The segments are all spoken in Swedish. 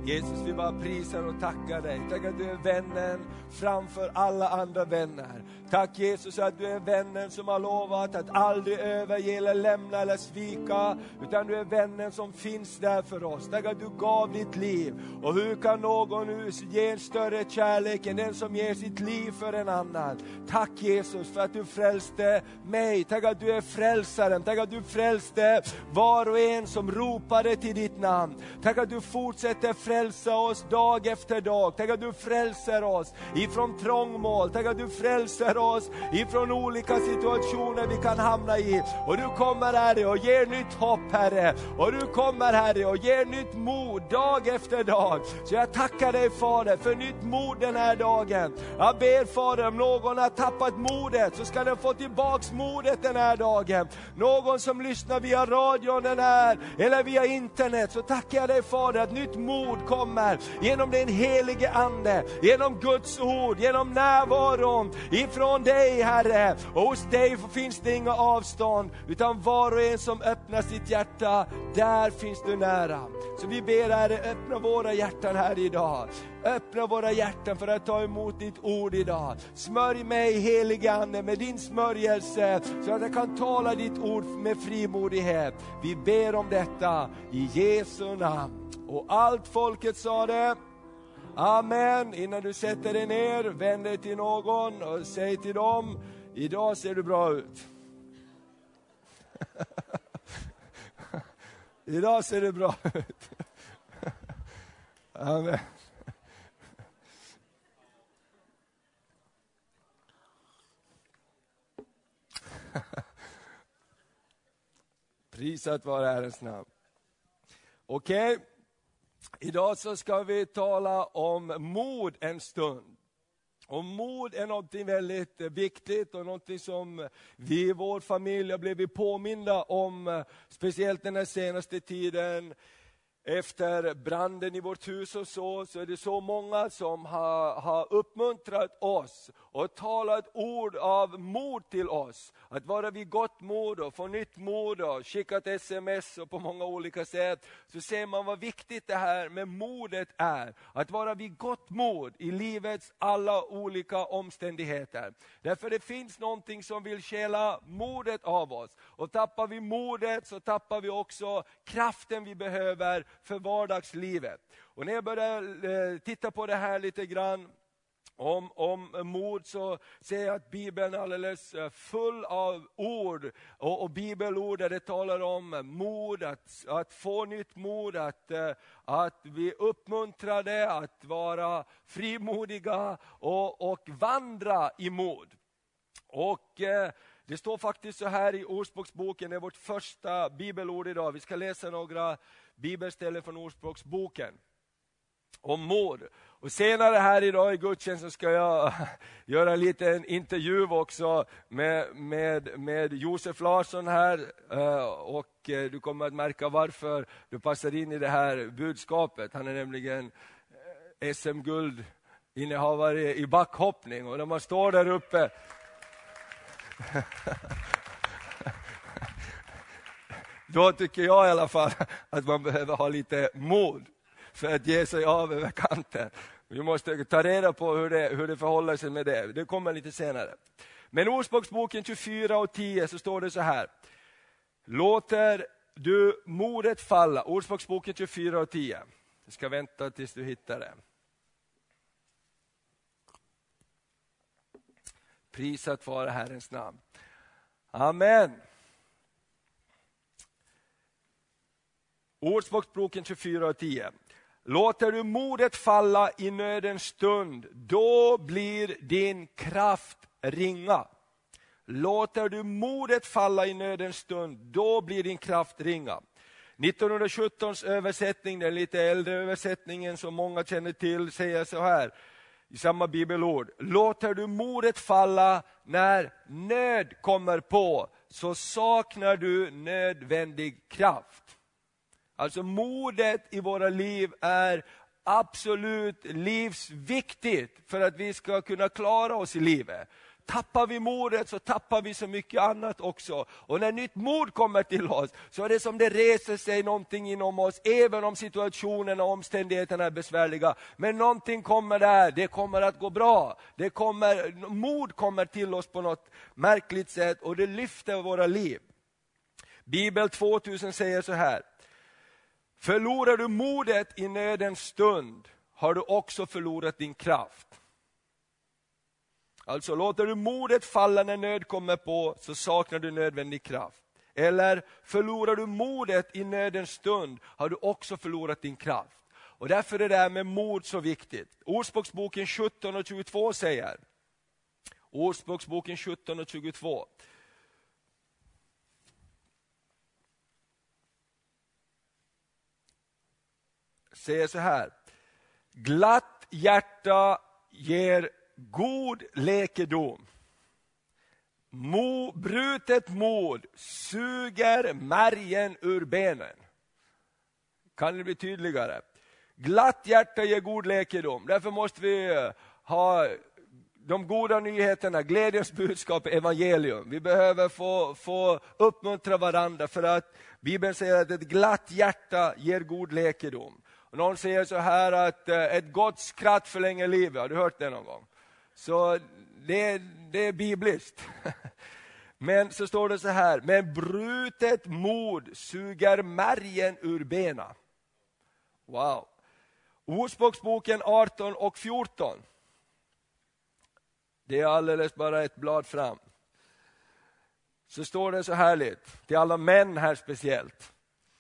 Jesus, vi bara prisar och tackar dig. Tack att du är vännen framför alla andra vänner. Tack Jesus att du är vännen som har lovat att aldrig överge eller lämna eller svika. Utan du är vännen som finns där för oss. Tack att du gav ditt liv. Och hur kan någon nu ge en större kärlek än den som ger sitt liv för en annan? Tack Jesus för att du frälste mig. Tack att du är frälsaren. Tack att du frälste var och en som ropade till ditt namn. Tack att du fortsätter frälsa oss dag efter dag. Tack att du frälser oss ifrån trångmål. Tack att du frälser oss ifrån olika situationer vi kan hamna i. Och du kommer Herre och ger nytt hopp Herre. Och du kommer Herre och ger nytt mod dag efter dag. Så jag tackar dig Fader för nytt mod den här dagen. Jag ber Fader, om någon har tappat modet så ska den få tillbaks modet den här dagen. Någon som lyssnar via radion den här eller via internet, så tackar jag dig Fader att nytt mod kommer genom den helige ande, genom Guds ord, genom närvaron ifrån dig Herre. Och hos dig finns det inga avstånd, utan var och en som öppnar sitt hjärta, där finns du nära. Så vi ber Herre, öppna våra hjärtan här idag. Öppna våra hjärtan för att ta emot ditt ord idag. Smörj mig helige ande med din smörjelse, så att jag kan tala ditt ord med frimodighet. Vi ber om detta i Jesu namn. Och allt folket sa det. Amen. Innan du sätter dig ner, vänd dig till någon och säg till dem: idag ser du bra ut. Idag ser du bra ut. Amen. Prisat vare Herrens namn. Okej. Idag så ska vi tala om mod en stund. Och mod är någonting väldigt viktigt och någonting som vi i vår familj har blivit påminda om, speciellt den här senaste tiden. Efter branden i vårt hus och så är det så många som har uppmuntrat oss och talat ord av mod till oss. Att vara vid gott mod och få nytt mod och skickat sms och på många olika sätt. Så ser man vad viktigt det här med modet är. Att vara vid gott mod i livets alla olika omständigheter. Därför det finns någonting som vill stjäla modet av oss. Och tappar vi modet så tappar vi också kraften vi behöver för vardagslivet. Och när jag börjar titta på det här lite grann om mod, så ser jag att Bibeln är alldeles full av ord och bibelord där det talar om mod, att få nytt mod, att vi uppmuntrade att vara frimodiga och vandra i mod. Och det står faktiskt så här i Ordspråksboken, det är vårt första bibelord idag. Vi ska läsa några bibelställen från Ordspråksboken om mod. Och senare här idag i gudstjänsten ska jag göra en liten intervju också med Josef Larsson här. Och du kommer att märka varför du passar in i det här budskapet. Han är nämligen SM-guld innehavare i backhoppning. Och när man står där uppe då tycker jag i alla fall att man behöver ha lite mod för att ge sig av över kanten. Vi måste ta reda på hur det förhåller sig med det. Det kommer lite senare. Men i Ordspråksboken 24:10 så står det så här: låter du modet falla. Ordspråksboken 24:10. Jag ska vänta tills du hittar det. Prisat vare Herrens namn. Amen. Ordspråksboken 24:10. Låter du modet falla i nödens stund, då blir din kraft ringa. Låter du modet falla i nödens stund, då blir din kraft ringa. 1917s översättning, den lite äldre översättningen som många känner till, säger så här i samma bibelord: låter du modet falla när nöd kommer på, så saknar du nödvändig kraft. Alltså modet i våra liv är absolut livsviktigt för att vi ska kunna klara oss i livet. tappar vi modet så tappar vi så mycket annat också. Och när nytt mod kommer till oss så är det som det reser sig någonting inom oss, även om situationen och omständigheterna är besvärliga. Men någonting kommer där, det kommer att gå bra. Mod kommer till oss på något märkligt sätt och det lyfter våra liv. Bibel 2000 säger så här: förlorar du modet i nödens stund har du också förlorat din kraft. Alltså låter du modet falla när nöd kommer på så saknar du nödvändig kraft. Eller förlorar du modet i nödens stund har du också förlorat din kraft. Och därför är det där med mod så viktigt. Ordspråksboken 17 och 22 säger. Ordspråksboken 17 och 22. Säger så här: glatt hjärta ger god läkedom. Brutet mod suger märgen ur benen. Kan det bli tydligare? Glatt hjärta ger god läkedom. Därför måste vi ha de goda nyheterna, glädjens budskap, evangelium. Vi behöver få uppmuntra varandra, för att Bibeln säger att ett glatt hjärta ger god läkedom. Och någon säger så här att ett gott skratt förlänger livet. Har du hört det någon gång? Så det är bibliskt. Men så står det så här: men brutet mod suger märgen ur bena. Wow. Ordspråksboken 18 och 14. Det är alldeles bara ett blad fram. Så står det så härligt, till alla män här speciellt: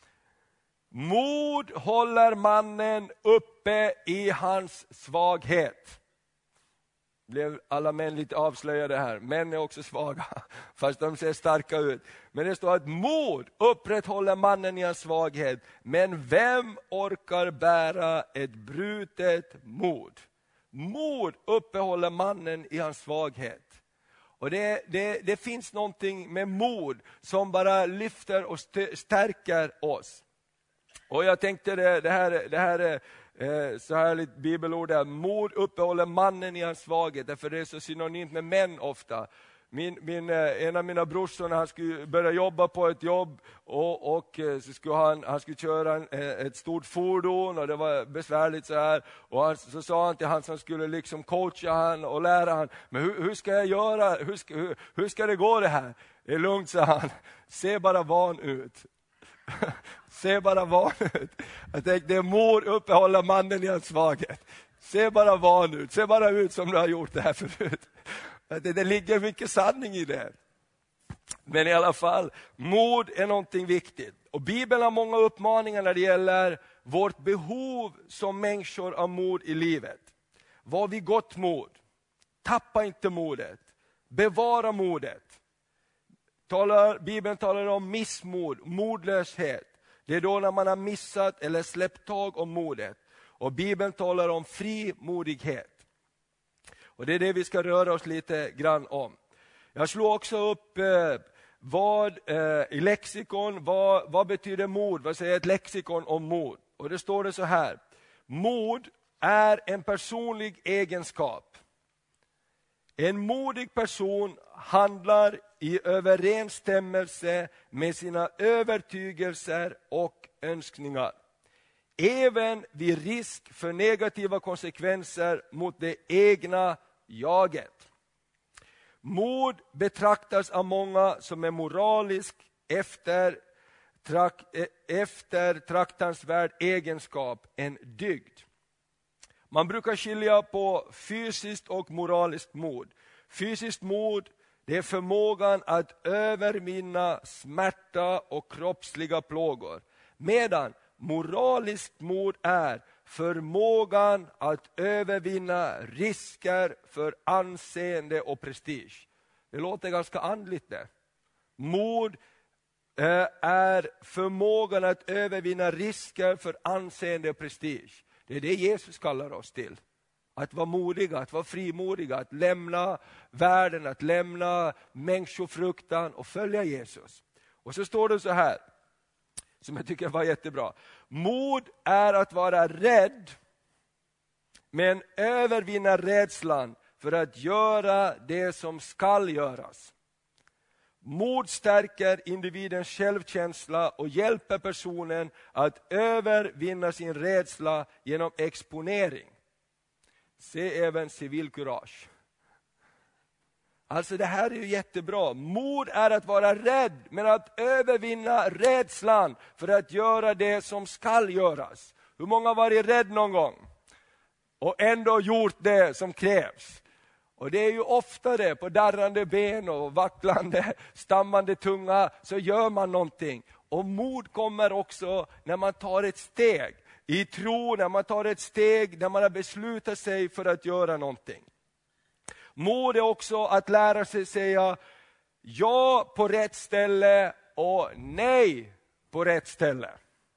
mod håller mannen uppe i hans svaghet. Blev alla män lite avslöjade här. Män är också svaga, fast de ser starka ut. Men det står att mod upprätthåller mannen i hans svaghet. Men vem orkar bära ett brutet mod? Mod uppehåller mannen i hans svaghet. Och det finns någonting med mod som bara lyfter och stärker oss. Och jag tänkte det här är så härligt bibelord där: mod uppehåller mannen i hans svaghet, därför det är så synonymt med män ofta. En av mina brorsor, han skulle börja jobba på ett jobb och så skulle han skulle köra ett stort fordon och det var besvärligt så här, och så sa han till han som skulle liksom coacha han och lära han: men hur ska jag göra, hur ska det gå det här? Det är lugnt, sa han, se bara van ut. Se bara van ut. Jag tänkte, mod uppehåller mannen i hans svaghet. Se bara van ut, se bara ut som du har gjort det här förut. Det ligger mycket sanning i det. Men i alla fall, mod är någonting viktigt. Och Bibeln har många uppmaningar när det gäller vårt behov som människor av mod i livet. Var vid gott mod. Tappa inte modet. Bevara modet. Bibeln talar om missmod, modlöshet. Det är då när man har missat eller släppt tag om modet. Och Bibeln talar om frimodighet. Och det är det vi ska röra oss lite grann om. Jag slår också upp i lexikon, vad betyder mod? Vad säger ett lexikon om mod? Och det står det så här: mod är en personlig egenskap. En modig person handlar i överensstämmelse med sina övertygelser och önskningar. Även vid risk för negativa konsekvenser mot det egna jaget. Mod betraktas av många som en moralisk eftertraktansvärd egenskap, en dygd. Man brukar skilja på fysiskt och moraliskt mod. Fysiskt mod, det är förmågan att övervinna smärta och kroppsliga plågor. Medan moraliskt mod är förmågan att övervinna risker för anseende och prestige. Det låter ganska andligt det. Mod är förmågan att övervinna risker för anseende och prestige. Det är det Jesus kallar oss till. Att vara modiga, att vara frimodiga, att lämna världen, att lämna människofruktan och följa Jesus. Och så står det så här, som jag tycker var jättebra. Mod är att vara rädd, men övervinna rädslan för att göra det som skall göras. Mod stärker individens självkänsla och hjälper personen att övervinna sin rädsla genom exponering. Se även civilkurage. Alltså det här är ju jättebra. Mod är att vara rädd, men att övervinna rädslan för att göra det som skall göras. Hur många har varit rädd någon gång? Och ändå gjort det som krävs. Och det är ju ofta det, på darrande ben och vacklande, stammande tunga, så gör man någonting. Och mod kommer också när man tar ett steg. I tro, när man tar ett steg, när man har beslutat sig för att göra någonting. Mod är också att lära sig säga ja på rätt ställe och nej på rätt ställe.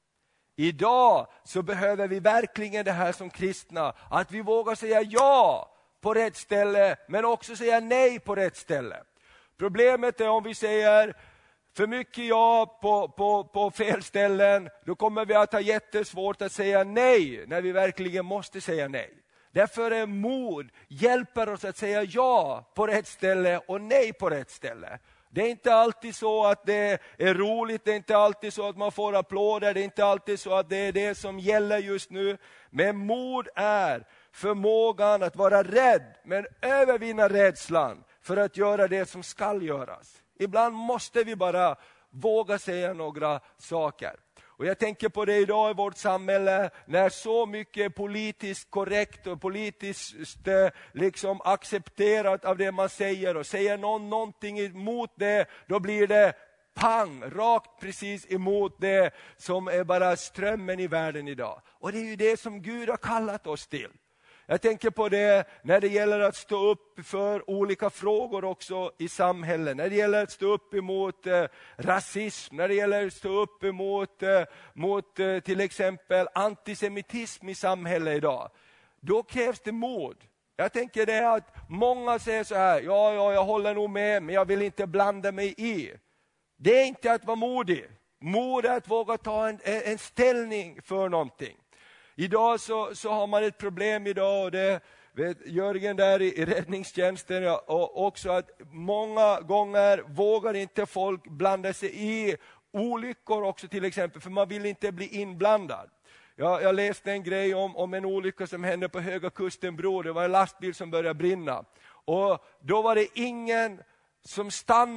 Idag så behöver vi verkligen det här som kristna. Att vi vågar säga ja på rätt ställe, men också säga nej på rätt ställe. Problemet är om vi säger för mycket ja på fel ställen, då kommer vi att ha jättesvårt att säga nej när vi verkligen måste säga nej. Därför är mod hjälper oss att säga ja på rätt ställe och nej på rätt ställe. Det är inte alltid så att det är roligt, det är inte alltid så att man får applåder, det är inte alltid så att det är det som gäller just nu. Men mod är förmågan att vara rädd, men övervinna rädslan för att göra det som skall göras. Ibland måste vi bara våga säga några saker. Och jag tänker på det idag i vårt samhälle, när så mycket är politiskt korrekt och politiskt liksom accepterat av det man säger, och säger någonting emot det, då blir det pang, rakt precis emot det som är bara strömmen i världen idag. Och det är ju det som Gud har kallat oss till. Jag tänker på det när det gäller att stå upp för olika frågor också i samhället. När det gäller att stå upp emot rasism, när det gäller att stå upp mot till exempel antisemitism i samhället idag. Då krävs det mod. Jag tänker det att många säger så här, ja jag håller nog med, men jag vill inte blanda mig i. Det är inte att vara modig. Mod är att våga ta en ställning för någonting. Idag så har man ett problem idag, och det vet Jörgen där i räddningstjänsten, och också att många gånger vågar inte folk blanda sig i olyckor också till exempel, för man vill inte bli inblandad. Jag läste en grej om en olycka som hände på Höga Kustenbro. Det var en lastbil som började brinna, och då var det ingen som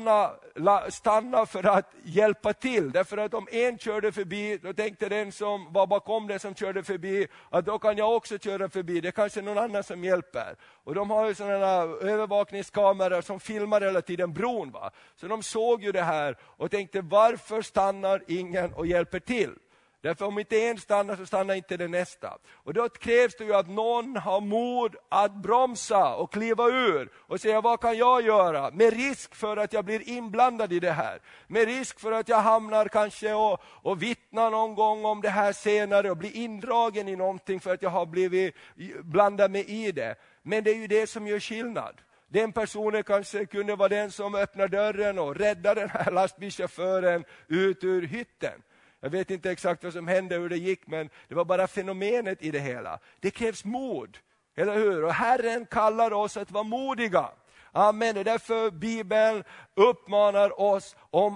stanna för att hjälpa till. Därför att om en körde förbi, då tänkte den som var bakom den som körde förbi att då kan jag också köra förbi. Det är kanske någon annan som hjälper. Och de har ju sådana övervakningskameror som filmar hela tiden bron. Va? Så de såg ju det här och tänkte, varför stannar ingen och hjälper till? Därför om inte en stannar så stannar inte den nästa. Och då krävs det ju att någon har mod att bromsa och kliva ur och säga, vad kan jag göra? Med risk för att jag blir inblandad i det här. Med risk för att jag hamnar kanske och vittnar någon gång om det här senare och blir indragen i någonting för att jag har blivit blandad med i det. Men det är ju det som gör skillnad. Den personen kanske kunde vara den som öppnar dörren och räddar den här lastbilschauffören ut ur hytten. Jag vet inte exakt vad som hände, hur det gick, men det var bara fenomenet i det hela. Det krävs mod, eller hur? Och Herren kallar oss att vara modiga. Amen. Det är därför Bibeln uppmanar oss om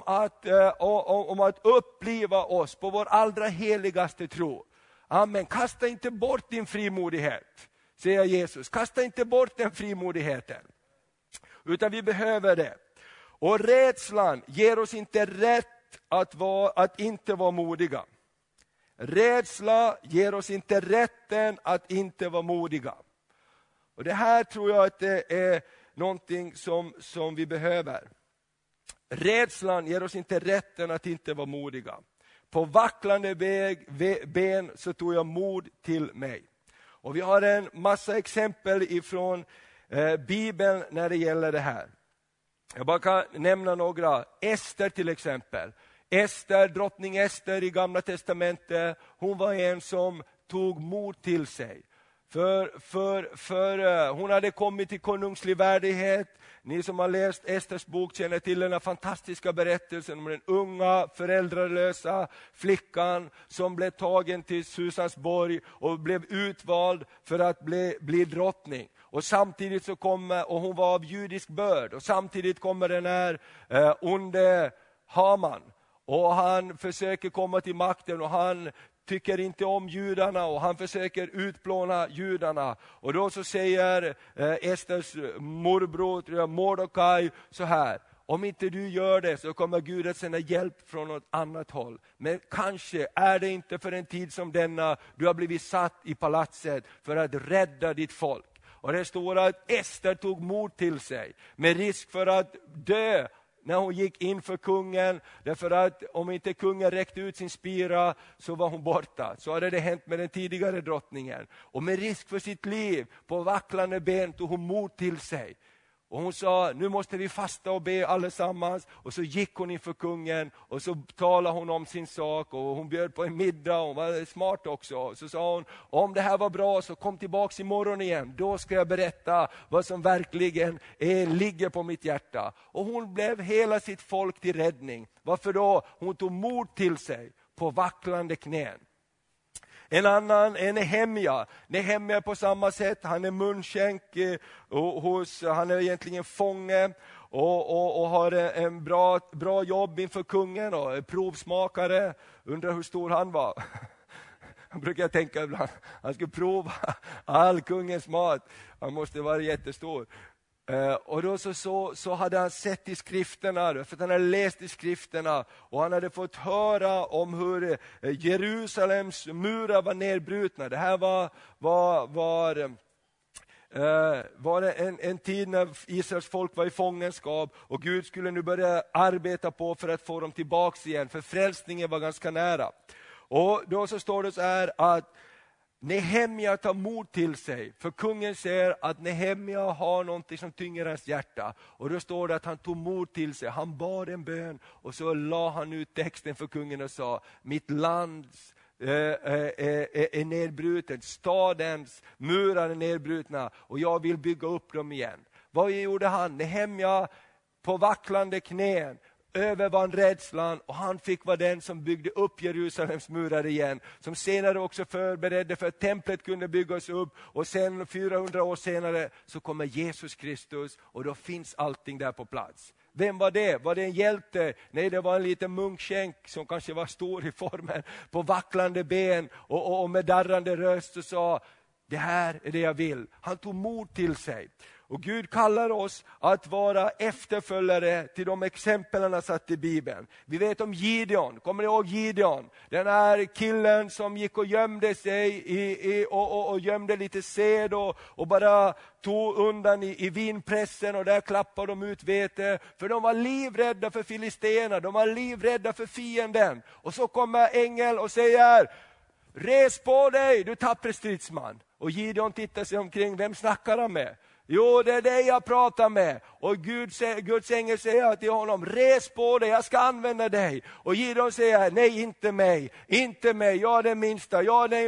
att uppliva oss på vår allra heligaste tro. Amen. Kasta inte bort din frimodighet, säger Jesus. Kasta inte bort den frimodigheten. Utan vi behöver det. Och rädslan ger oss inte rätt att inte vara modiga. Rädsla ger oss inte rätten att inte vara modiga. Och det här tror jag att det är någonting som vi behöver. Rädslan ger oss inte rätten att inte vara modiga. På vacklande ben så tog jag mod till mig. Och vi har en massa exempel ifrån Bibeln när det gäller det här. Jag bara kan nämna några. Ester till exempel. Drottning Ester i Gamla testamentet. Hon var en som tog mod till sig. För hon hade kommit till konungslig värdighet. Ni som har läst Esters bok känner till den här fantastiska berättelsen om den unga föräldralösa flickan som blev tagen till Susansborg och blev utvald för att bli drottning. Och samtidigt så kommer, och hon var av judisk börd, och samtidigt kommer den här onde Haman. Och han försöker komma till makten och han tycker inte om judarna och han försöker utplåna judarna. Och då så säger Esters morbror Mordecai så här: om inte du gör det så kommer Gud att sända hjälp från något annat håll. Men kanske är det inte för en tid som denna du har blivit satt i palatset för att rädda ditt folk. Och det står att Ester tog mod till sig med risk för att dö när hon gick in för kungen, därför att om inte kungen räckte ut sin spira så var hon borta. Så hade det hänt med den tidigare drottningen. Och med risk för sitt liv, på vacklande ben, tog hon mod till sig. Och hon sa, nu måste vi fasta och be allesammans. Och så gick hon inför kungen och så talade hon om sin sak. Och hon bjöd på en middag, hon var smart också. Så sa hon, om det här var bra så kom tillbaks imorgon igen. Då ska jag berätta vad som verkligen ligger på mitt hjärta. Och hon blev hela sitt folk till räddning. Varför då? Hon tog mod till sig på vacklande knän. En annan är Nehemja. Nehemja på samma sätt, han är munskänk, han är egentligen fånge och har en bra jobb inför kungen och är provsmakare. Undrar hur stor han var. Jag brukar tänka ibland, han skulle prova all kungens mat. Han måste vara jättestor. Och då så hade han sett i skrifterna, för att han hade läst i skrifterna och han hade fått höra om hur Jerusalems murar var nedbrutna. Det här var en tid när Israels folk var i fångenskap och Gud skulle nu börja arbeta på för att få dem tillbaks igen, för frälsningen var ganska nära. Och då så står det så här att Nehemja tar mod till sig, för kungen säger att Nehemja har någonting som tynger hans hjärta. Och då står det att han tog mod till sig, han bad en bön och så la han ut texten för kungen och sa: mitt lands är nedbrutet, stadens murar är nedbrutna och jag vill bygga upp dem igen. Vad gjorde han? Nehemja på vacklande knän övervann rädslan och han fick vara den som byggde upp Jerusalems murar igen, som senare också förberedde för att templet kunde byggas upp, och sen 400 år senare så kommer Jesus Kristus och då finns allting där på plats. Vem var det? Var det en hjälte? Nej, det var en liten munkskänk som kanske var stor i formen, på vacklande ben och med darrande röst och sa: det här är det jag vill. Han tog mod till sig. Och Gud kallar oss att vara efterföljare till de exempel han har satt i Bibeln. Vi vet om Gideon. Kommer ni ihåg Gideon? Den här killen som gick och gömde sig och gömde lite sed och bara tog undan i vinpressen, och där klappade de ut vete. För de var livrädda för filisterna. De var livrädda för fienden. Och så kommer ängel och säger: res på dig, du tappre stridsman. Och Gideon tittar sig omkring. Vem snackar han med? Jo, det är det jag pratar med. Och Guds ängel säger till honom: res på dig, jag ska använda dig. Och Gideon säger: nej, inte mig, jag är den minsta,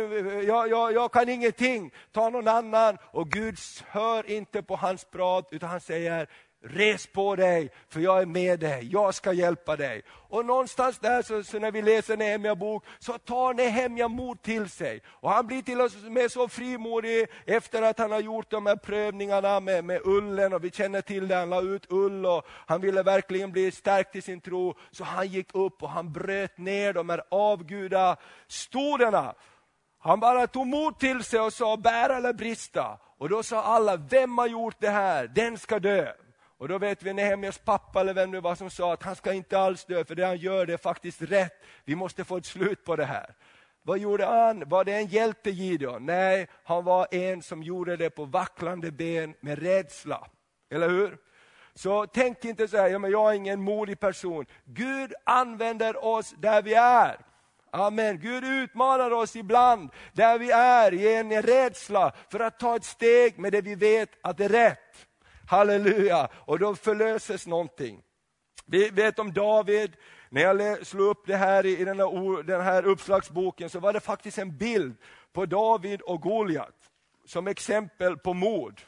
jag kan ingenting, ta någon annan. Och Gud hör inte på hans prat, utan han säger: res på dig, för jag är med dig, jag ska hjälpa dig. Och någonstans där så när vi läser Nehemja bok så tar Nehemja mod till sig. Och han blir till och med så frimodig efter att han har gjort de här prövningarna med ullen. Och vi känner till det, han la ut ull och han ville verkligen bli stärkt i sin tro. Så han gick upp och han bröt ner de här avgudastoderna. Han bara tog mod till sig och sa: bära eller brista. Och då sa alla: vem har gjort det här? Den ska dö. Och då vet vi Nehemjas pappa eller vem det var som sa att han ska inte alls dö, för det han gör det är faktiskt rätt. Vi måste få ett slut på det här. Vad gjorde han? Var det en hjälte Gideon? Nej, han var en som gjorde det på vacklande ben med rädsla. Eller hur? Så tänk inte så här: ja, men jag är ingen modig person. Gud använder oss där vi är. Amen. Gud utmanar oss ibland där vi är i en rädsla för att ta ett steg med det vi vet att det är rätt. Halleluja. Och då förlöses någonting. Vi vet om David. När jag slog upp det här i den här uppslagsboken så var det faktiskt en bild på David och Goliat. som exempel på mod.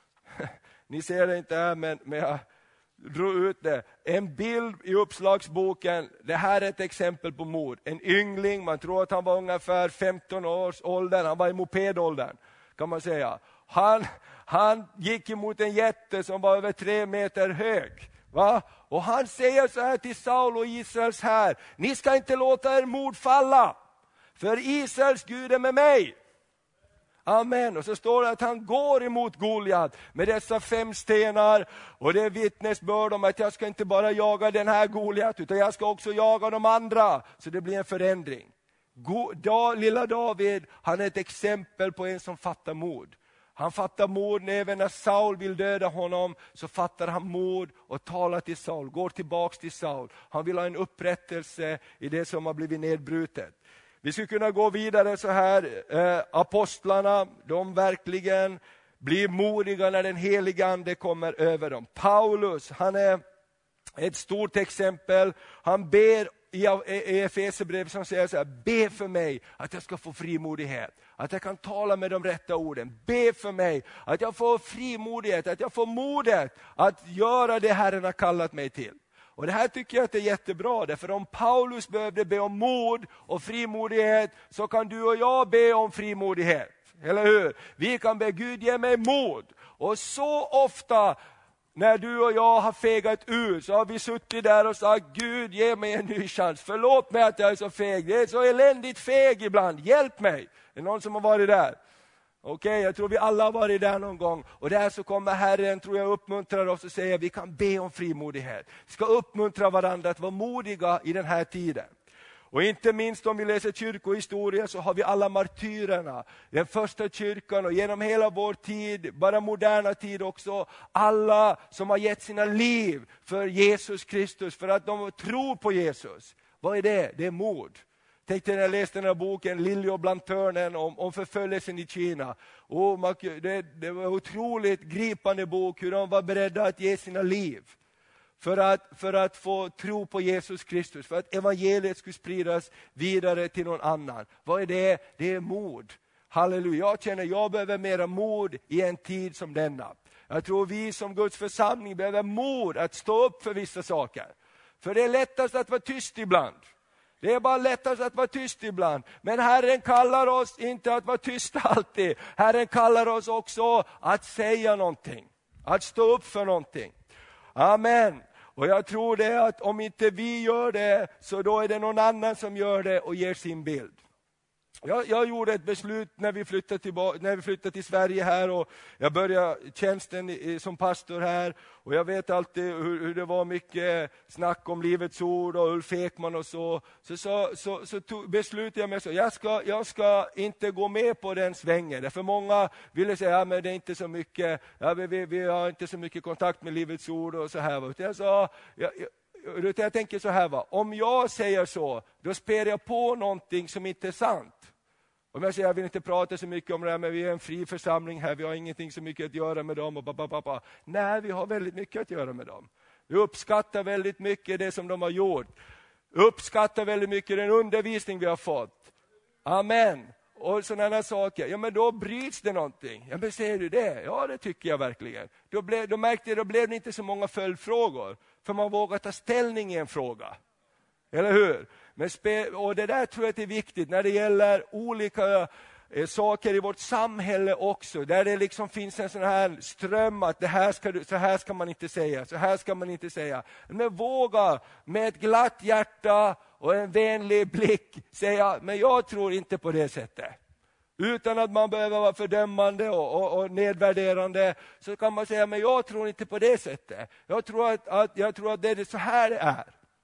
Ni ser det inte här, men jag drog ut det. En bild i uppslagsboken. Det här är ett exempel på mod. En yngling, man tror att han var ungefär 15 års ålder. Han var i mopedåldern, kan man säga. Han gick emot en jätte som var över 3 meter hög. Va? Och han säger så här till Saul och Israels här: ni ska inte låta er mod falla, för Israels Gud är med mig. Amen. Och så står det att han går emot Goliat med dessa 5 stenar. Och det är vittnesbörd om att jag ska inte bara jaga den här Goliat, utan jag ska också jaga de andra. Så det blir en förändring. Lilla David, han är ett exempel på en som fattar mod. Han fattar mod även när Saul vill döda honom, så fattar han mod och talar till Saul, går tillbaks till Saul. Han vill ha en upprättelse i det som har blivit nedbrutet. Vi skulle kunna gå vidare så här. Apostlarna, de verkligen blir modiga när den heliga ande kommer över dem. Paulus, han är ett stort exempel. Han ber i Efesierbrevet som säger så här: be för mig att jag ska få frimodighet, att jag kan tala med de rätta orden. Be för mig att jag får frimodighet, att jag får modet att göra det Herren har kallat mig till. Och det här tycker jag att är jättebra, därför om Paulus behövde be om mod och frimodighet, så kan du och jag be om frimodighet. Eller hur? Vi kan be Gud ge mig mod. Och så ofta när du och jag har fegat ur, så har vi suttit där och sagt: Gud, ge mig en ny chans. Förlåt mig att jag är så feg. Det är så eländigt feg ibland. Hjälp mig. Är det någon som har varit där? Okej, jag tror vi alla har varit där någon gång. Och där så kommer Herren, tror jag, uppmuntrar oss och säger: vi kan be om frimodighet. Vi ska uppmuntra varandra att vara modiga i den här tiden. Och inte minst om vi läser kyrkohistoria, så har vi alla martyrerna. Den första kyrkan och genom hela vår tid, bara moderna tid också. Alla som har gett sina liv för Jesus Kristus, för att de tror på Jesus. Vad är det? Det är mod. Tänkte när jag läste den här boken Liljo bland törnen om förföljelsen i Kina. Det var en otroligt gripande bok, hur de var beredda att ge sina liv. För att få tro på Jesus Kristus. För att evangeliet skulle spridas vidare till någon annan. Vad är det? Det är mod. Halleluja. Jag känner jag behöver mera mod i en tid som denna. Jag tror vi som Guds församling behöver mod att stå upp för vissa saker. För det är lättast att vara tyst ibland. Det är bara lättast att vara tyst ibland. Men Herren kallar oss inte att vara tysta alltid. Herren kallar oss också att säga någonting. Att stå upp för någonting. Amen. Och jag tror det att om inte vi gör det, så då är det någon annan som gör det och ger sin bild. Jag gjorde ett beslut när vi flyttade till Sverige här, och jag började tjänsten som pastor här. Och jag vet alltid hur det var mycket snack om Livets ord och Ulf Ekman och så. Så beslutade jag mig så. Jag ska inte gå med på den svängen. För många ville säga, ja, men det är inte så mycket, ja, vi har inte så mycket kontakt med Livets ord och så här. Jag sa, jag tänker så här, va? Om jag säger så, då spär jag på någonting som inte är sant. Om jag säger, jag vill inte prata så mycket om det här, men vi är en fri församling här, vi har ingenting så mycket att göra med dem. Och Nej, vi har väldigt mycket att göra med dem. Vi uppskattar väldigt mycket det som de har gjort. Vi uppskattar väldigt mycket den undervisning vi har fått. Amen. Och sådana saker. Ja, men då bryts det någonting. Ja, men säger du det? Ja, det tycker jag verkligen. Då märkte jag, då blev det inte så många följdfrågor. För man vågar ta ställning i en fråga. Eller hur? Och det där tror jag är viktigt när det gäller olika saker i vårt samhälle också. Där det liksom finns en sån här ström att så här ska man inte säga. Så här ska man inte säga. Men våga med ett glatt hjärta och en vänlig blick säga, men jag tror inte på det sättet. Utan att man behöver vara fördömande och nedvärderande, så kan man säga, men jag tror inte på det sättet. Jag tror att det är så här det är.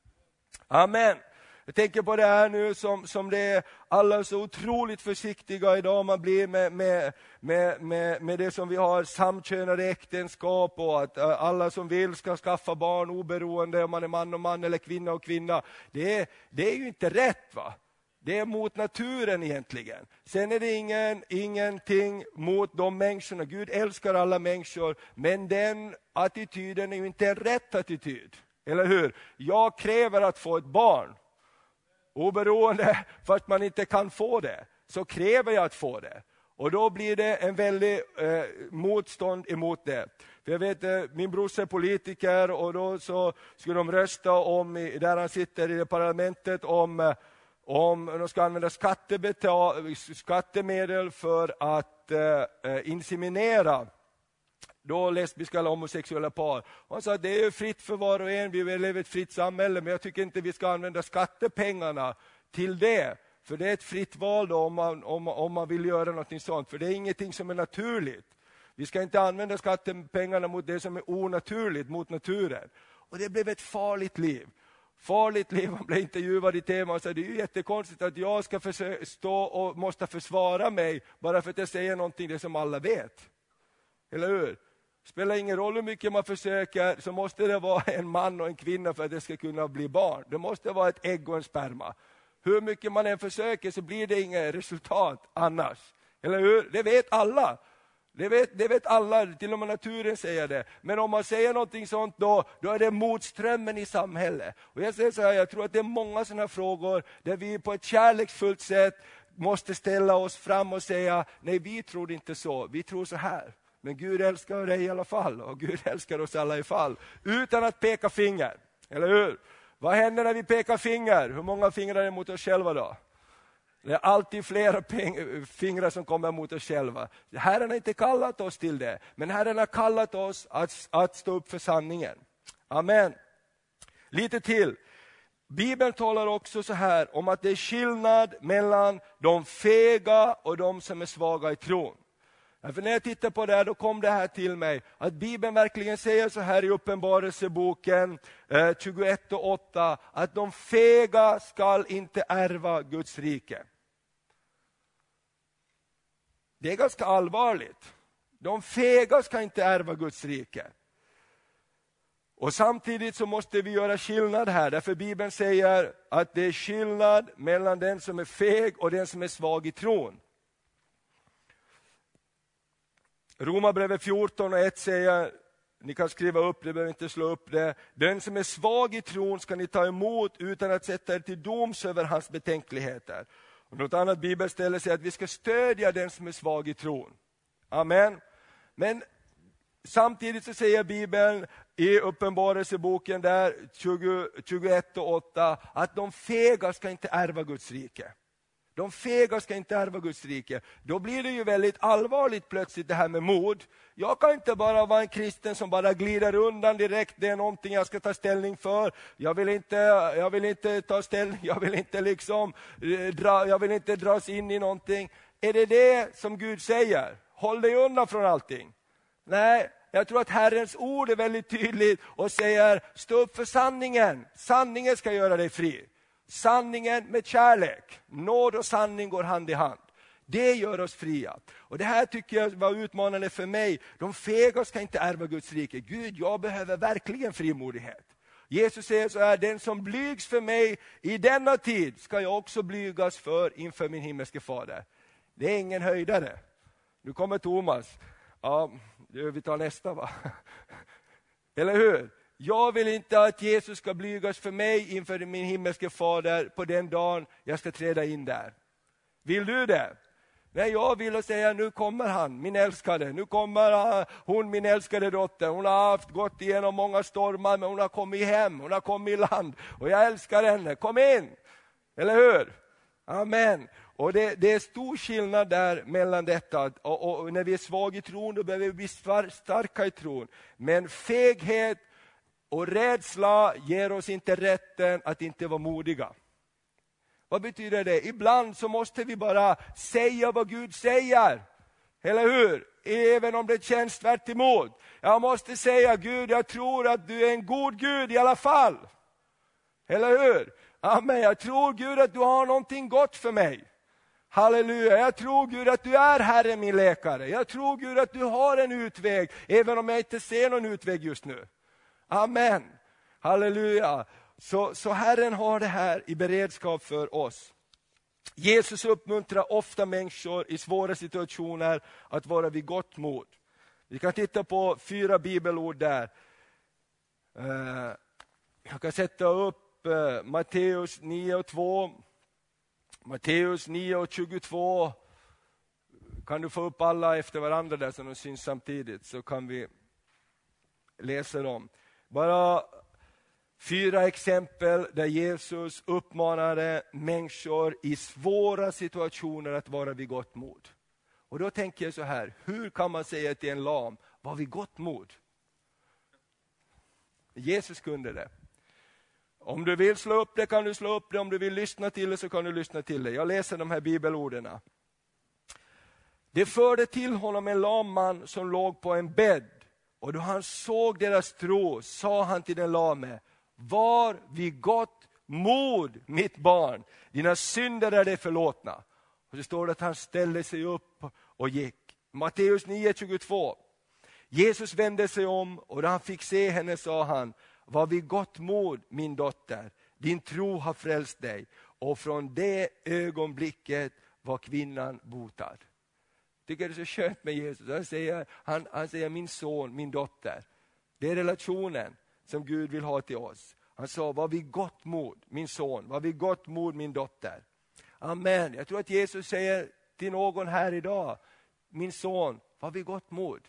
Amen. Jag tänker på det här nu som det är alla så otroligt försiktiga idag man blir med det som vi har, samkönade äktenskap, och att alla som vill ska skaffa barn oberoende om man är man och man eller kvinna och kvinna. Det är ju inte rätt, va? Det är mot naturen egentligen. Sen är det ingenting mot de människorna. Gud älskar alla människor, men den attityden är ju inte en rätt attityd. Eller hur? Jag kräver att få ett barn. Oberoende för att man inte kan få det, så kräver jag att få det. Och då blir det en väldigt motstånd emot det. För jag vet, min brorsa är politiker och då så skulle de rösta om, där han sitter i det parlamentet, om de ska använda skattemedel för att inseminera då lesbiska eller homosexuella par. Och han sa att det är fritt för var och en, vi lever i ett fritt samhälle, men jag tycker inte vi ska använda skattepengarna till det. För det är ett fritt val då om man vill göra något sånt, för det är ingenting som är naturligt. Vi ska inte använda skattepengarna mot det som är onaturligt, mot naturen. Och det blev ett farligt liv. Farligt liv, man blev intervjuad i tema och sa det är ju jättekonstigt att jag ska stå och måste försvara mig bara för att jag säger någonting det som alla vet. Eller hur? Spelar ingen roll hur mycket man försöker, så måste det vara en man och en kvinna för att det ska kunna bli barn. Det måste vara ett ägg och en sperma. Hur mycket man än försöker så blir det inga resultat annars. Eller hur? Det vet alla. Det vet alla, till och med naturen säger det. Men om man säger någonting sånt då är det motströmmen i samhället. Och jag säger så här, jag tror att det är många sådana frågor där vi på ett kärleksfullt sätt måste ställa oss fram och säga, nej vi tror inte så, vi tror så här. Men Gud älskar dig i alla fall och Gud älskar oss alla i fall. Utan att peka finger, eller hur? Vad händer när vi pekar finger? Hur många fingrar är mot oss själva då? Det är alltid flera fingrar som kommer mot oss själva. Herren har inte kallat oss till det. Men Herren har kallat oss att stå upp för sanningen. Amen. Lite till. Bibeln talar också så här om att det är skillnad mellan de fega och de som är svaga i tron. För när jag tittar på det här, då kom det här till mig. Att Bibeln verkligen säger så här i Uppenbarelseboken 21:8. Att de fega ska inte ärva Guds rike. Det är ganska allvarligt. De fega ska inte ärva Guds rike. Och samtidigt så måste vi göra skillnad här. Därför Bibeln säger att det är skillnad mellan den som är feg och den som är svag i tron. Romarbrevet 14:1 säger, ni kan skriva upp det, behöver inte slå upp det. Den som är svag i tron ska ni ta emot utan att sätta er till doms över hans betänkligheter. Och något annat bibelställe säger att vi ska stödja den som är svag i tron. Amen. Men samtidigt så säger Bibeln i Uppenbarelseboken där 21:8 att de fega ska inte ärva Guds rike. De fega ska inte ärva Guds rike. Då blir det ju väldigt allvarligt plötsligt det här med mod. Jag kan inte bara vara en kristen som bara glider undan direkt. Det är någonting jag ska ta ställning för. Jag vill inte ta ställning. Jag vill inte dras in i någonting. Är det som Gud säger? Håll dig undan från allting. Nej, jag tror att Herrens ord är väldigt tydligt och säger stå upp för sanningen. Sanningen ska göra dig fri. Sanningen med kärlek. Nåd och sanning går hand i hand. Det gör oss fria. Och det här tycker jag var utmanande för mig. De fega ska inte ärva Guds rike. Gud, jag behöver verkligen frimodighet. Jesus säger så här, den som blygs för mig i denna tid ska jag också blygas för inför min himmelske fader. Det är ingen höjdare. Nu kommer Thomas. Ja, vi tar nästa va? Eller hur? Jag vill inte att Jesus ska blygas för mig inför min himmelske fader på den dagen jag ska träda in där. Vill du det? Nej, jag vill säga nu kommer han, min älskade. Nu kommer hon, min älskade dotter. Hon har gått igenom många stormar, men hon har kommit hem. Hon har kommit i land. Och jag älskar henne. Kom in! Eller hur? Amen. Och det är stor skillnad där mellan detta. Och när vi är svaga i tron, då behöver vi bli starka i tron. Men feghet och rädsla ger oss inte rätten att inte vara modiga. Vad betyder det? Ibland så måste vi bara säga vad Gud säger. Eller hur? Även om det känns tvärt emot. Jag måste säga, Gud, jag tror att du är en god Gud i alla fall. Eller hur? Amen. Jag tror, Gud, att du har någonting gott för mig. Halleluja. Jag tror, Gud, att du är Herre, min läkare. Jag tror, Gud, att du har en utväg, även om jag inte ser någon utväg just nu. Amen. Halleluja. Så Herren har det här i beredskap för oss. Jesus uppmuntrar ofta människor i svåra situationer att vara vid gott mod. Vi kan titta på 4 bibelord där. Jag kan sätta upp Matteus 9:2, Matteus 9:22, Kan du få upp alla efter varandra där så de syns samtidigt, så kan vi läsa dem. Bara 4 exempel där Jesus uppmanade människor i svåra situationer att vara vid gott mod. Och då tänker jag så här, hur kan man säga till en lam, var vid gott mod? Jesus kunde det. Om du vill slå upp det kan du slå upp det, om du vill lyssna till det så kan du lyssna till det. Jag läser de här bibelorden. Det förde till honom en lam man som låg på en bädd, och då han såg deras tro sa han till den lame, var vid gott mod mitt barn, dina synder är det förlåtna. Och så står det att han ställde sig upp och gick. Matteus 9:22. Jesus vände sig om, och då han fick se henne sa han, var vid gott mod min dotter, din tro har frälst dig. Och från det ögonblicket var kvinnan botad. Tycker det är så skönt med Jesus. Han säger min son, min dotter. Det är relationen som Gud vill ha till oss. Han sa, var vid gott mod min son, var vid gott mod min dotter. Amen. Jag tror att Jesus säger till någon här idag, min son, var vid gott mod.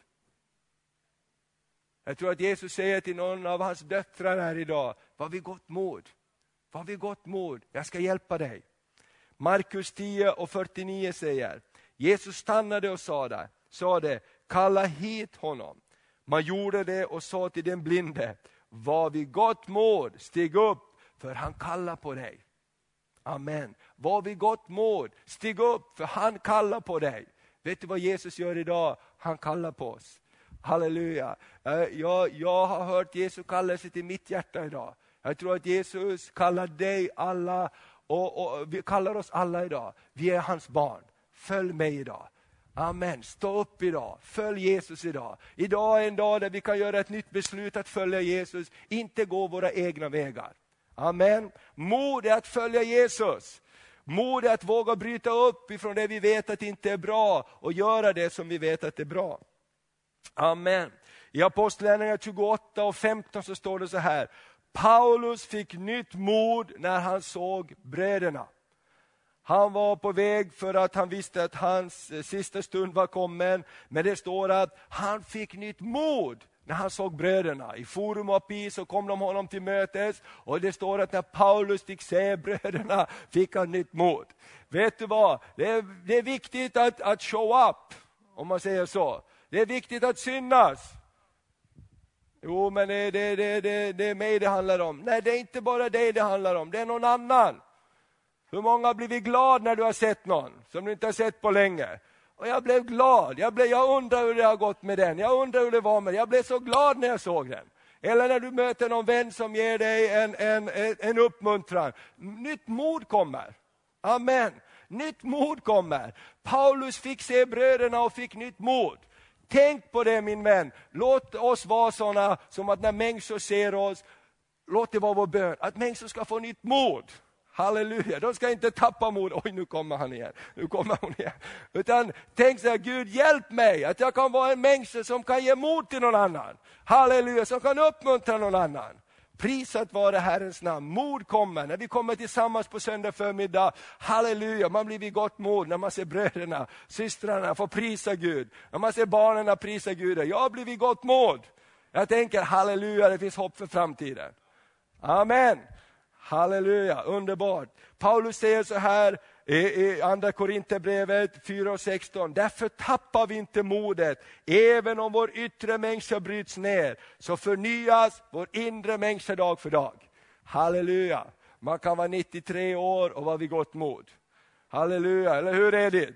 Jag tror att Jesus säger till någon av hans döttrar här idag, var vid gott mod. Var vid gott mod, jag ska hjälpa dig. Markus 10:49 säger, Jesus stannade och sa det, kalla hit honom. Man gjorde det och sa till den blinde, var vid gott mod, stig upp, för han kallar på dig. Amen. Var vid gott mod, stig upp, för han kallar på dig. Vet du vad Jesus gör idag? Han kallar på oss. Halleluja. Jag har hört Jesus kalla sig till mitt hjärta idag. Jag tror att Jesus kallar dig alla och vi kallar oss alla idag. Vi är hans barn. Följ mig idag. Amen. Stå upp idag. Följ Jesus idag. Idag är en dag där vi kan göra ett nytt beslut att följa Jesus. Inte gå våra egna vägar. Amen. Mod är att följa Jesus. Mod är att våga bryta upp ifrån det vi vet att inte är bra och göra det som vi vet att är bra. Amen. I Apostlagärningarna 28:15 så står det så här. Paulus fick nytt mod när han såg bröderna. Han var på väg för att han visste att hans sista stund var kommen. Men det står att han fick nytt mod när han såg bröderna. I Forum Appi så kom de honom till mötes. Och det står att när Paulus fick se bröderna fick han nytt mod. Vet du vad? Det är viktigt att show up, om man säger så. Det är viktigt att synas. Jo, men det är mig det handlar om. Nej, det är inte bara det handlar om. Det är någon annan. Hur många har blivit glad när du har sett någon som du inte har sett på länge? Och jag blev glad. Jag undrar hur det har gått med den. Jag undrar hur det var med den. Jag blev så glad när jag såg den. Eller när du möter någon vän som ger dig en uppmuntran. Nytt mod kommer. Amen. Nytt mod kommer. Paulus fick se bröderna och fick nytt mod. Tänk på det, min vän. Låt oss vara sådana som att när människor ser oss, låt det vara vår bön, att människor ska få nytt mod. Halleluja, de ska inte tappa mod. Oj, nu kommer han igen. Nu kommer hon igen. Utan tänk så här, Gud hjälp mig att jag kan vara en människa som kan ge mod till någon annan. Halleluja, som kan uppmuntra någon annan. Prisat vare Herrens namn. Mod kommer när vi kommer tillsammans på söndag förmiddag. Halleluja, man blir vid gott mod när man ser bröderna, systrarna få prisa Gud. När man ser barnen prisa Gud. Jag blir vid gott mod. Jag tänker halleluja, det finns hopp för framtiden. Amen. Halleluja, underbart. Paulus säger så här i andra Korinthierbrevet 4:16. Därför tappar vi inte modet. Även om vår yttre människa bryts ner så förnyas vår inre människa dag för dag. Halleluja. Man kan vara 93 år och vara vid gott mod. Halleluja, eller hur är det?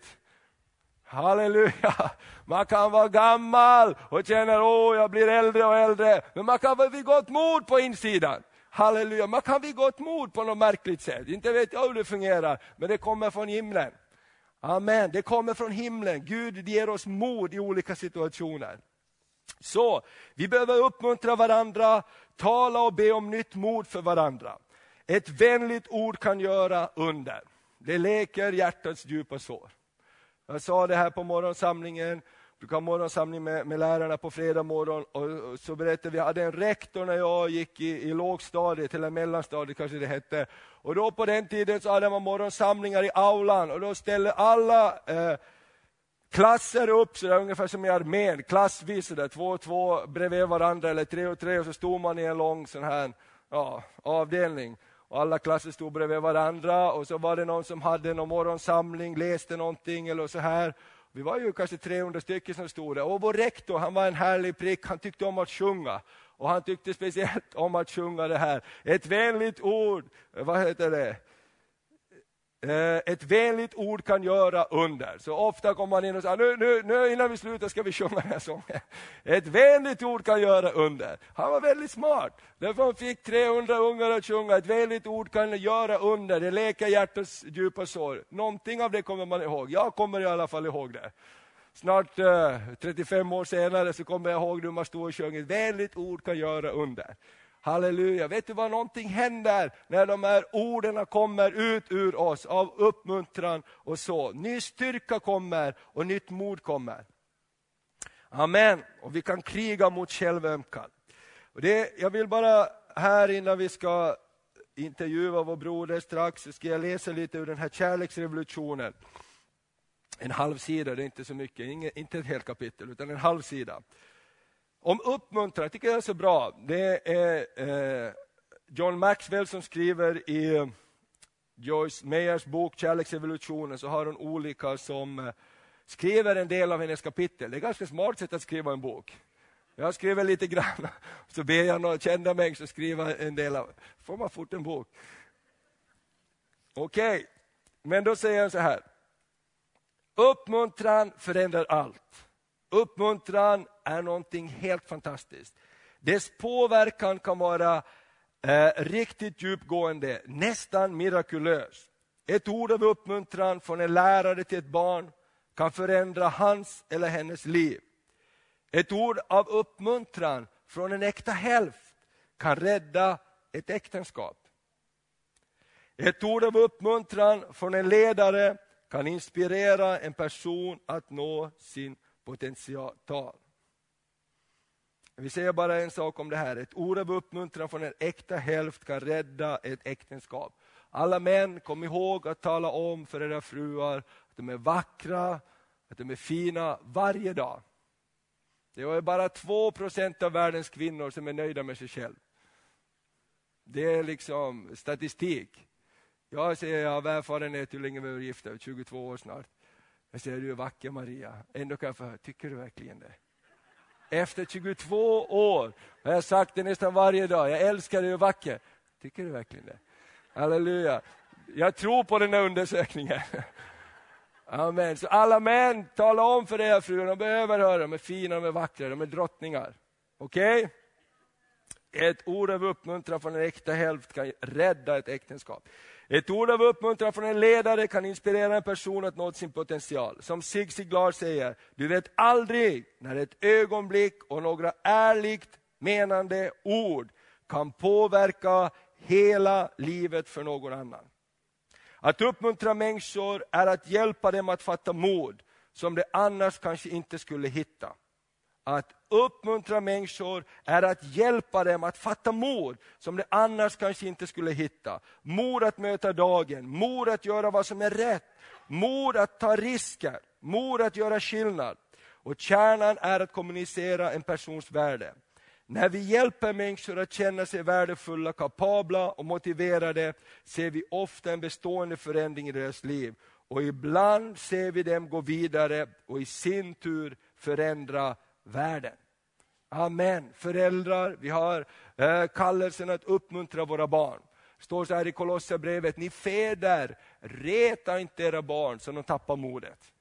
Halleluja. Man kan vara gammal och känner jag blir äldre och äldre. Men man kan vara vid gott mod på insidan. Halleluja, man kan vid gott mod på något märkligt sätt. Inte vet jag hur det fungerar, men det kommer från himlen. Amen, det kommer från himlen. Gud ger oss mod i olika situationer. Så, vi behöver uppmuntra varandra, tala och be om nytt mod för varandra. Ett vänligt ord kan göra under. Det läker hjärtats djupa sår. Jag sa det här på morgonsamlingen. Du kan morgonsamling med lärarna på fredag morgon och så berättade vi hade en rektor när jag gick i lågstadiet eller mellanstadiet kanske det hette. Och då på den tiden så hade man morgonsamlingar i aulan och då ställde alla klasser upp så där, ungefär som i armén, klassvis så där, 2 och 2 bredvid varandra eller 3 och 3, och så stod man i en lång sån här avdelning. Och alla klasser stod bredvid varandra, och så var det någon som hade någon morgonsamling, läste någonting eller så här. Vi var ju kanske 300 stycken som stod där. Och vår rektor, han var en härlig prick, han tyckte om att sjunga. Och han tyckte speciellt om att sjunga det här. Ett vänligt ord, vad heter det? Ett vänligt ord kan göra under. Så ofta kommer man in och säger, nu innan vi slutar ska vi sjunga den här sången. Ett vänligt ord kan göra under. Han var väldigt smart. Därför han fick 300 ungar att sjunga. Ett vänligt ord kan göra under. Det läker hjärtats djupa sår. Någonting av det kommer man ihåg. Jag kommer i alla fall ihåg det. Snart 35 år senare så kommer jag ihåg hur man stod och sjöng. Ett vänligt ord kan göra under. Halleluja. Vet du vad, någonting händer när de här orden kommer ut ur oss av uppmuntran och så. Ny styrka kommer och nytt mod kommer. Amen. Och vi kan kriga mot självömkan. Och jag vill bara här innan vi ska intervjua vår broder strax, så ska jag läsa lite ur den här kärleksrevolutionen. En halv sida, det är inte så mycket, inte ett helt kapitel utan en halv sida. Om uppmuntran, jag tycker det är så bra. Det är John Maxwell som skriver i Joyce Meyers bok Kärleksrevolutionen, så har hon olika som skriver en del av hennes kapitel. Det är ganska smart sätt att skriva en bok. Jag skriver lite grann, så ber jag några kända människor skriva en del av, får man fort en bok. Okej, men då säger jag så här. Uppmuntran förändrar allt. Uppmuntran är någonting helt fantastiskt. Dess påverkan kan vara riktigt djupgående, nästan mirakulös. Ett ord av uppmuntran från en lärare till ett barn kan förändra hans eller hennes liv. Ett ord av uppmuntran från en äkta hälft kan rädda ett äktenskap. Ett ord av uppmuntran från en ledare kan inspirera en person att nå sin potential. Vi säger bara en sak om det här. Ett ord av uppmuntran från en äkta hälft kan rädda ett äktenskap. Alla män, kom ihåg att tala om för era fruar att de är vackra, att de är fina varje dag. Det är bara 2% av världens kvinnor som är nöjda med sig själv. Det är liksom statistik. Jag säger, jag har erfarenhet hur länge vi har gifta, 22 år snart. Jag säger, du är vacker Maria. Ändå kan jag få höra, tycker du verkligen det? Efter 22 år har jag sagt det nästan varje dag. Jag älskar dig, du är vacker. Tycker du verkligen det? Halleluja. Jag tror på den här undersökningen. Amen. Så alla män, tala om för era fruar, de behöver höra, de är fina, de är vackra, de är drottningar. Okej? Ett ord av uppmuntran från en äkta hälft kan rädda ett äktenskap. Ett ord av uppmuntran från en ledare kan inspirera en person att nå sin potential. Som Zig Ziglar säger, du vet aldrig när ett ögonblick och några ärligt menande ord kan påverka hela livet för någon annan. Att uppmuntra människor är att hjälpa dem att fatta mod som de annars kanske inte skulle hitta. Att uppmuntra människor är att hjälpa dem att fatta mod som de annars kanske inte skulle hitta. Mod att möta dagen, mod att göra vad som är rätt, mod att ta risker, mod att göra skillnad. Och kärnan är att kommunicera en persons värde. När vi hjälper människor att känna sig värdefulla, kapabla och motiverade ser vi ofta en bestående förändring i deras liv. Och ibland ser vi dem gå vidare och i sin tur förändra världen. Amen. Föräldrar, vi har kallelsen att uppmuntra våra barn. Det står så här i Kolosserbrevet, ni fäder, reta inte era barn så de tappar modet.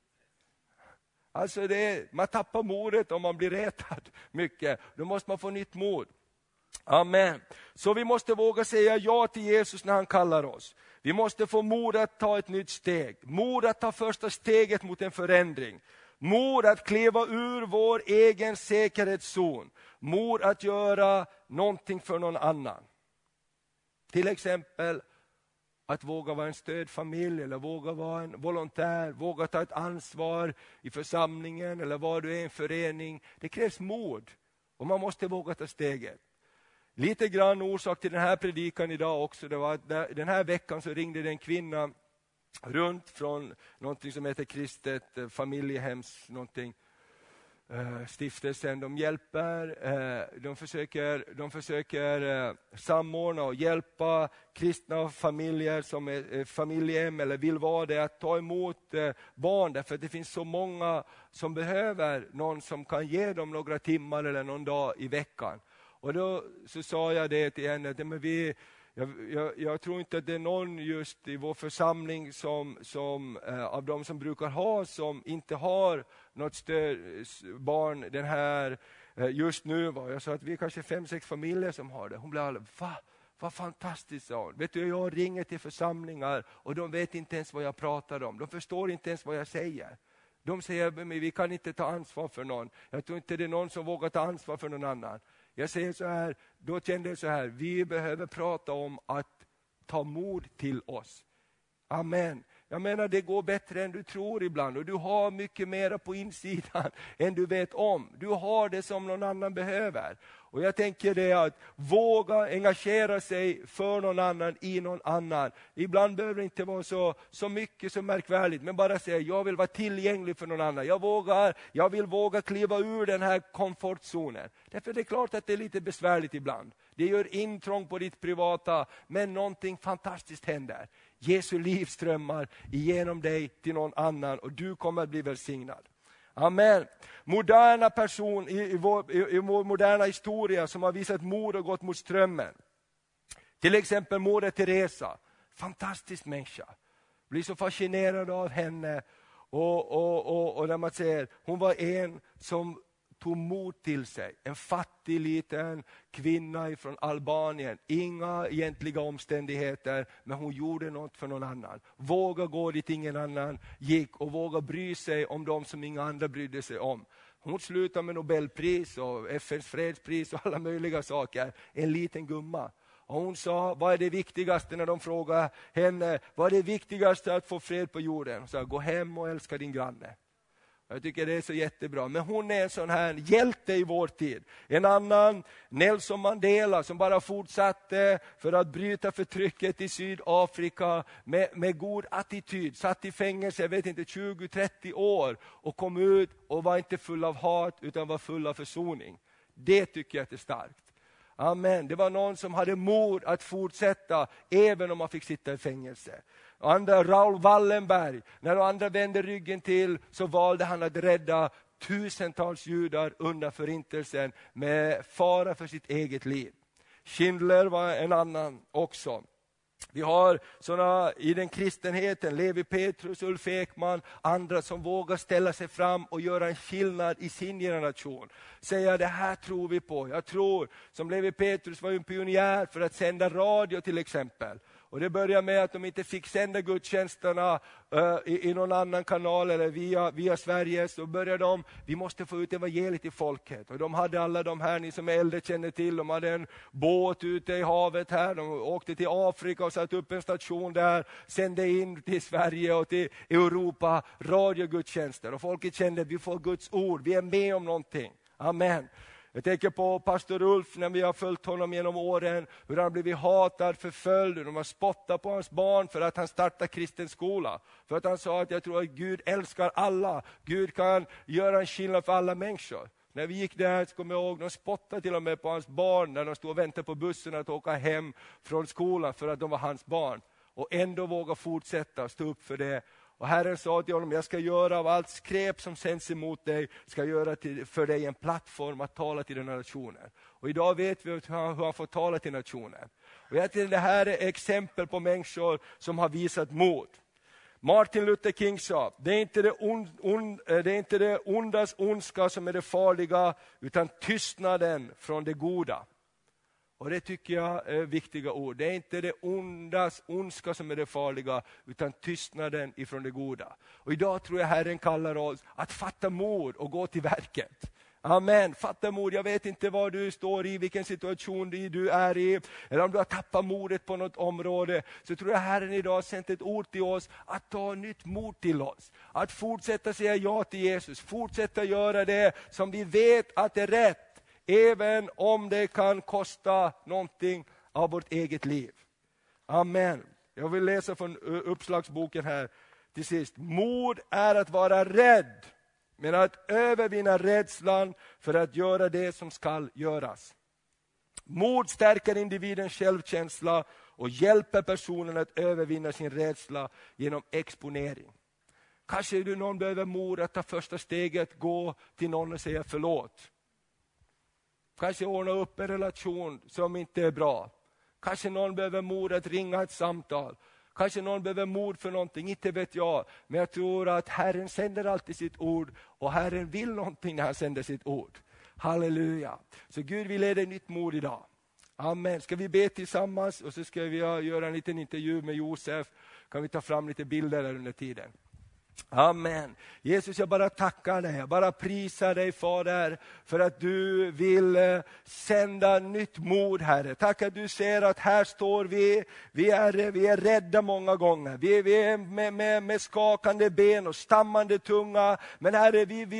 Alltså man tappar modet om man blir retad mycket. Då måste man få nytt mod. Amen. Så vi måste våga säga ja till Jesus när han kallar oss. Vi måste få mod att ta ett nytt steg. Mod att ta första steget mot en förändring. Mod att kliva ur vår egen säkerhetszon. Mod att göra någonting för någon annan. Till exempel att våga vara en stödfamilj eller våga vara en volontär. Våga ta ett ansvar i församlingen eller var du är i en förening. Det krävs mod och man måste våga ta steget. Lite grann orsak till den här predikan idag också. Det var den här veckan så ringde det en kvinna runt från någonting som heter kristet familjehems någonting. Stiftelsen, de hjälper, de försöker samordna och hjälpa kristna familjer som är familjehem eller vill vara det, att ta emot barn, därför att det finns så många som behöver någon som kan ge dem några timmar eller någon dag i veckan. Och då så sa jag det till henne, att men jag tror inte att det är någon just i vår församling som av de som brukar ha, som inte har något stöd, barn den här just nu. Jag sa att vi är kanske 5-6 familjer som har det. Hon blev alldeles, vad fantastiskt, sa hon. Vet du, jag ringer till församlingar och de vet inte ens vad jag pratar om. De förstår inte ens vad jag säger. De säger, men vi kan inte ta ansvar för någon. Jag tror inte det är någon som vågar ta ansvar för någon annan. Jag säger så här, då kände jag så här, vi behöver prata om att ta mod till oss. Amen. Jag menar, det går bättre än du tror ibland, och du har mycket mer på insidan än du vet om. Du har det som någon annan behöver. Och jag tänker det, att våga engagera sig för någon annan, i någon annan. Ibland behöver det inte vara så mycket så märkvärdigt, men bara säga, jag vill vara tillgänglig för någon annan. Jag vill våga kliva ur den här komfortzonen. Därför är det klart att det är lite besvärligt ibland. Det gör intrång på ditt privata, men någonting fantastiskt händer. Jesu liv strömmar igenom dig till någon annan, och du kommer att bli välsignad. Amen. Moderna person i vår moderna historia som har visat mod och gått mot strömmen. Till exempel Moder Teresa. Fantastisk människa. Blir så fascinerad av henne. Och när man säger, hon var en som tog mod till sig. En fattig liten kvinna från Albanien. Inga egentliga omständigheter, men hon gjorde något för någon annan. Våga gå dit ingen annan gick, och våga bry sig om dem som inga andra brydde sig om. Hon slutade med Nobelpris och FNs fredspris och alla möjliga saker. En liten gumma. Och hon sa, vad är det viktigaste, när de frågade henne, vad är det viktigaste att få fred på jorden? Hon sa, gå hem och älska din granne. Jag tycker det är så jättebra. Men hon är en sån här hjälte i vår tid. En annan, Nelson Mandela, som bara fortsatte för att bryta förtrycket i Sydafrika med god attityd. Satt i fängelse, jag vet inte, 20-30 år och kom ut och var inte full av hat utan var full av försoning. Det tycker jag är starkt. Amen. Det var någon som hade mod att fortsätta även om man fick sitta i fängelse. Andra, Raoul Wallenberg, när de andra vände ryggen till, så valde han att rädda tusentals judar undan förintelsen med fara för sitt eget liv. Schindler var en annan också. Vi har sådana i den kristenheten, Levi Petrus, Ulf Ekman, andra som vågar ställa sig fram och göra en skillnad i sin generation. Säga, det här tror vi på. Jag tror, som Levi Petrus var en pionjär för att sända radio till exempel. Och det började med att de inte fick sända gudstjänsterna i någon annan kanal eller via Sverige. Så började vi måste få ut evangeliet i folket. Och de hade alla de här, ni som är äldre känner till, de hade en båt ute i havet här. De åkte till Afrika och satte upp en station där, sände in till Sverige och till Europa radiogudstjänster. Och folket kände att vi får Guds ord, vi är med om någonting. Amen. Jag tänker på pastor Ulf, när vi har följt honom genom åren, hur han blivit hatad, förföljd, de har spottat på hans barn för att han startade kristen skola. För att han sa att jag tror att Gud älskar alla, Gud kan göra en skillnad för alla människor. När vi gick där så kommer jag ihåg, de spottade till och med på hans barn när de stod och väntade på bussen att åka hem från skolan för att de var hans barn. Och ändå våga fortsätta, stå upp för det. Och Herren sa till honom, jag ska göra av allt skräp som sänds emot dig, ska göra för dig en plattform att tala till den här nationen. Och idag vet vi hur han får tala till nationen. Och jag tycker det här är exempel på människor som har visat mod. Martin Luther King sa, det är inte det ondas ondska som är det farliga, utan tystnaden från det goda. Och det tycker jag är viktiga ord. Det är inte det ondas ondska som är det farliga, utan tystnaden ifrån det goda. Och idag tror jag Herren kallar oss att fatta mod och gå till verket. Amen, fatta mod. Jag vet inte vad du står i, vilken situation du är i. Eller om du har tappat modet på något område. Så tror jag Herren idag har sänt ett ord till oss att ta nytt mod till oss. Att fortsätta säga ja till Jesus. Fortsätta göra det som vi vet att det är rätt. Även om det kan kosta någonting av vårt eget liv. Amen. Jag vill läsa från uppslagsboken här till sist. Mod är att vara rädd, men att övervinna rädslan för att göra det som ska göras. Mod stärker individens självkänsla och hjälper personen att övervinna sin rädsla genom exponering. Kanske du någon behöver mod att ta första steget, gå till någon och säga förlåt. Kanske ordna upp en relation som inte är bra. Kanske någon behöver mod att ringa ett samtal. Kanske någon behöver mod för någonting, inte vet jag. Men jag tror att Herren sänder alltid sitt ord. Och Herren vill någonting när han sänder sitt ord. Halleluja. Så Gud vill ge dig nytt mod idag. Amen. Ska vi be tillsammans och så ska vi göra en liten intervju med Josef. Kan vi ta fram lite bilder där under tiden. Amen. Jesus, jag bara tackar dig, jag bara prisar dig Fader för att du vill sända nytt mod, Herre. Tack att du ser att här står vi är rädda många gånger. Vi är med skakande ben och stammande tunga. Men Herre,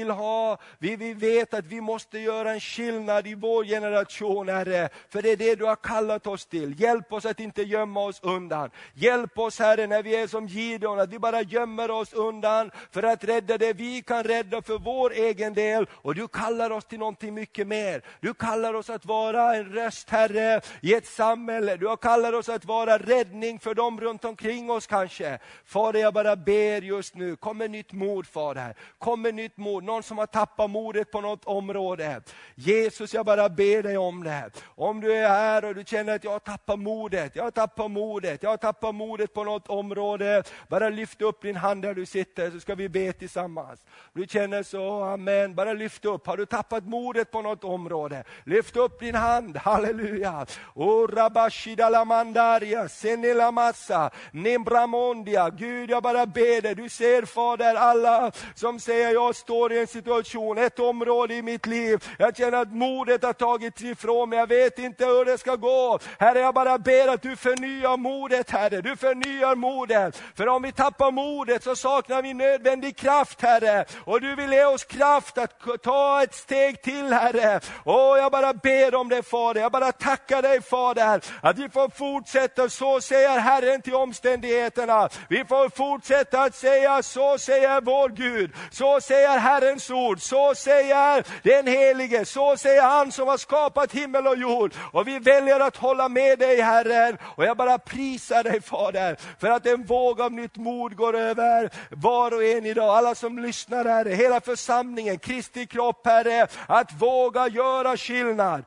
vi vet att vi måste göra en skillnad i vår generation, Herre. För det är det du har kallat oss till. Hjälp oss att inte gömma oss undan. Hjälp oss, Herre, när vi är som Gideon, att vi bara gömmer oss undan för att rädda det vi kan rädda för vår egen del. Och du kallar oss till någonting mycket mer. Du kallar oss att vara en röst, Herre, i ett samhälle. Du kallar oss att vara räddning för dem runt omkring oss kanske. Fader, jag bara ber just nu, kom med nytt mod, Fader. Kom med nytt mod, någon som har tappat modet på något område. Jesus, jag bara ber dig om det. Om du är här och du känner att jag tappar modet, jag har tappat modet på något område. Bara lyft upp din hand där du sitter. Så ska vi be tillsammans. Du känner så, amen. Bara lyft upp. Har du tappat modet på något område? Lyft upp din hand. Halleluja. O rabashida la mandaria, senela massa, nembramondia. Gud, jag bara ber dig. Du ser, Fader, alla som säger jag står i en situation, ett område i mitt liv. Jag känner att modet har tagits ifrån mig. Jag vet inte hur det ska gå. Herre, jag bara ber att du förnyar modet, Herre. Du förnyar modet. För om vi tappar modet så saknar vi nödvändig kraft, Herre. Och du vill ge oss kraft att ta ett steg till, Herre. Och jag bara ber om det, Fader. Jag bara tackar dig, Fader, att vi får fortsätta. Så säger Herren till omständigheterna. Vi får fortsätta att säga, så säger vår Gud. Så säger Herrens ord. Så säger den helige. Så säger han som har skapat himmel och jord. Och vi väljer att hålla med dig, Herren. Och jag bara prisar dig, Fader, för att en våg av nytt mod går över var och en idag, alla som lyssnar, Herre, hela församlingen, Kristi kropp, Herre, att våga göra skillnad,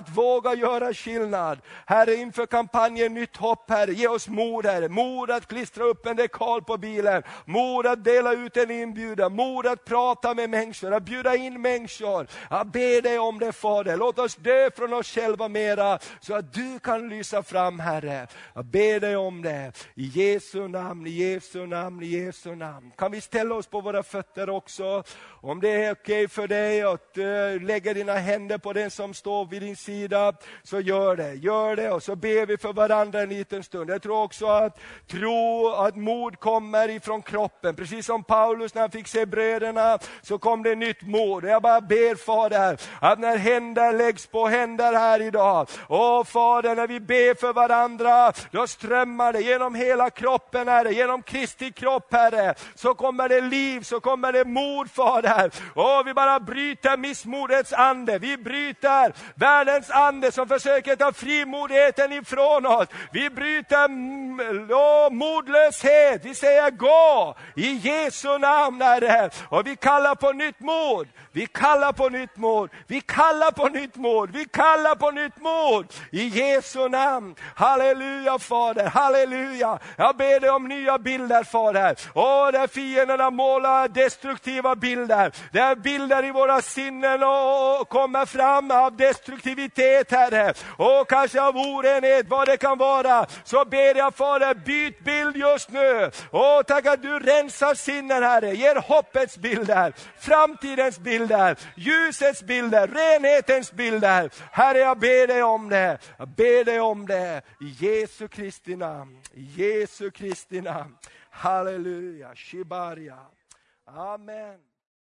Herre, inför kampanjen Nytt hopp, Herre, ge oss mod, Herre, mod att klistra upp en dekal på bilen, mod att dela ut en inbjudan, mod att prata med människor, att bjuda in människor. Jag ber dig om det, Fader, låt oss dö från oss själva mera, så att du kan lysa fram, Herre. Jag ber dig om det, i Jesu namn, i Jesu namn, i Jesu namn. Kan vi ställa oss på våra fötter också? Om det är okej för dig att lägga dina händer på den som står vid din sida, så gör det. Och så ber vi för varandra en liten stund. Jag tror också att mod kommer ifrån kroppen. Precis som Paulus när han fick se bröderna, så kom det nytt mod. Jag bara ber, Fader, att när händer läggs på händer här idag, Fader, när vi ber för varandra, då strömmar det genom hela kroppen, Herre, genom Kristi kropp, Herre. Så kommer det liv, så kommer det mod, Fader. Vi bara bryter missmodets ande. Vi bryter världens ande som försöker ta frimodigheten ifrån oss. Vi bryter modlöshet. Vi säger gå i Jesu namn, Herre. Och vi kallar på nytt mod. Vi kallar på nytt mod. Vi kallar på nytt mod. Vi kallar på nytt mod. I Jesu namn. Halleluja, Fader. Halleluja. Jag ber dig om nya bilder, Fader. Där fienderna målar destruktiva bilder. Det är bilder i våra sinnen och kommer fram av destruktivitet, Herre. Och kanske av orenhet, vad det kan vara. Så ber jag, Fader, byt bild just nu. Tack att du rensar sinnen, Herre. Ger hoppets bilder, framtidens bilder, ljusets bilder, renhetens bilder. Herre, jag ber dig om det. Jag ber dig om det. I Jesu Kristi namn. I Jesu Kristi namn. Halleluja. Shibaria. Amen.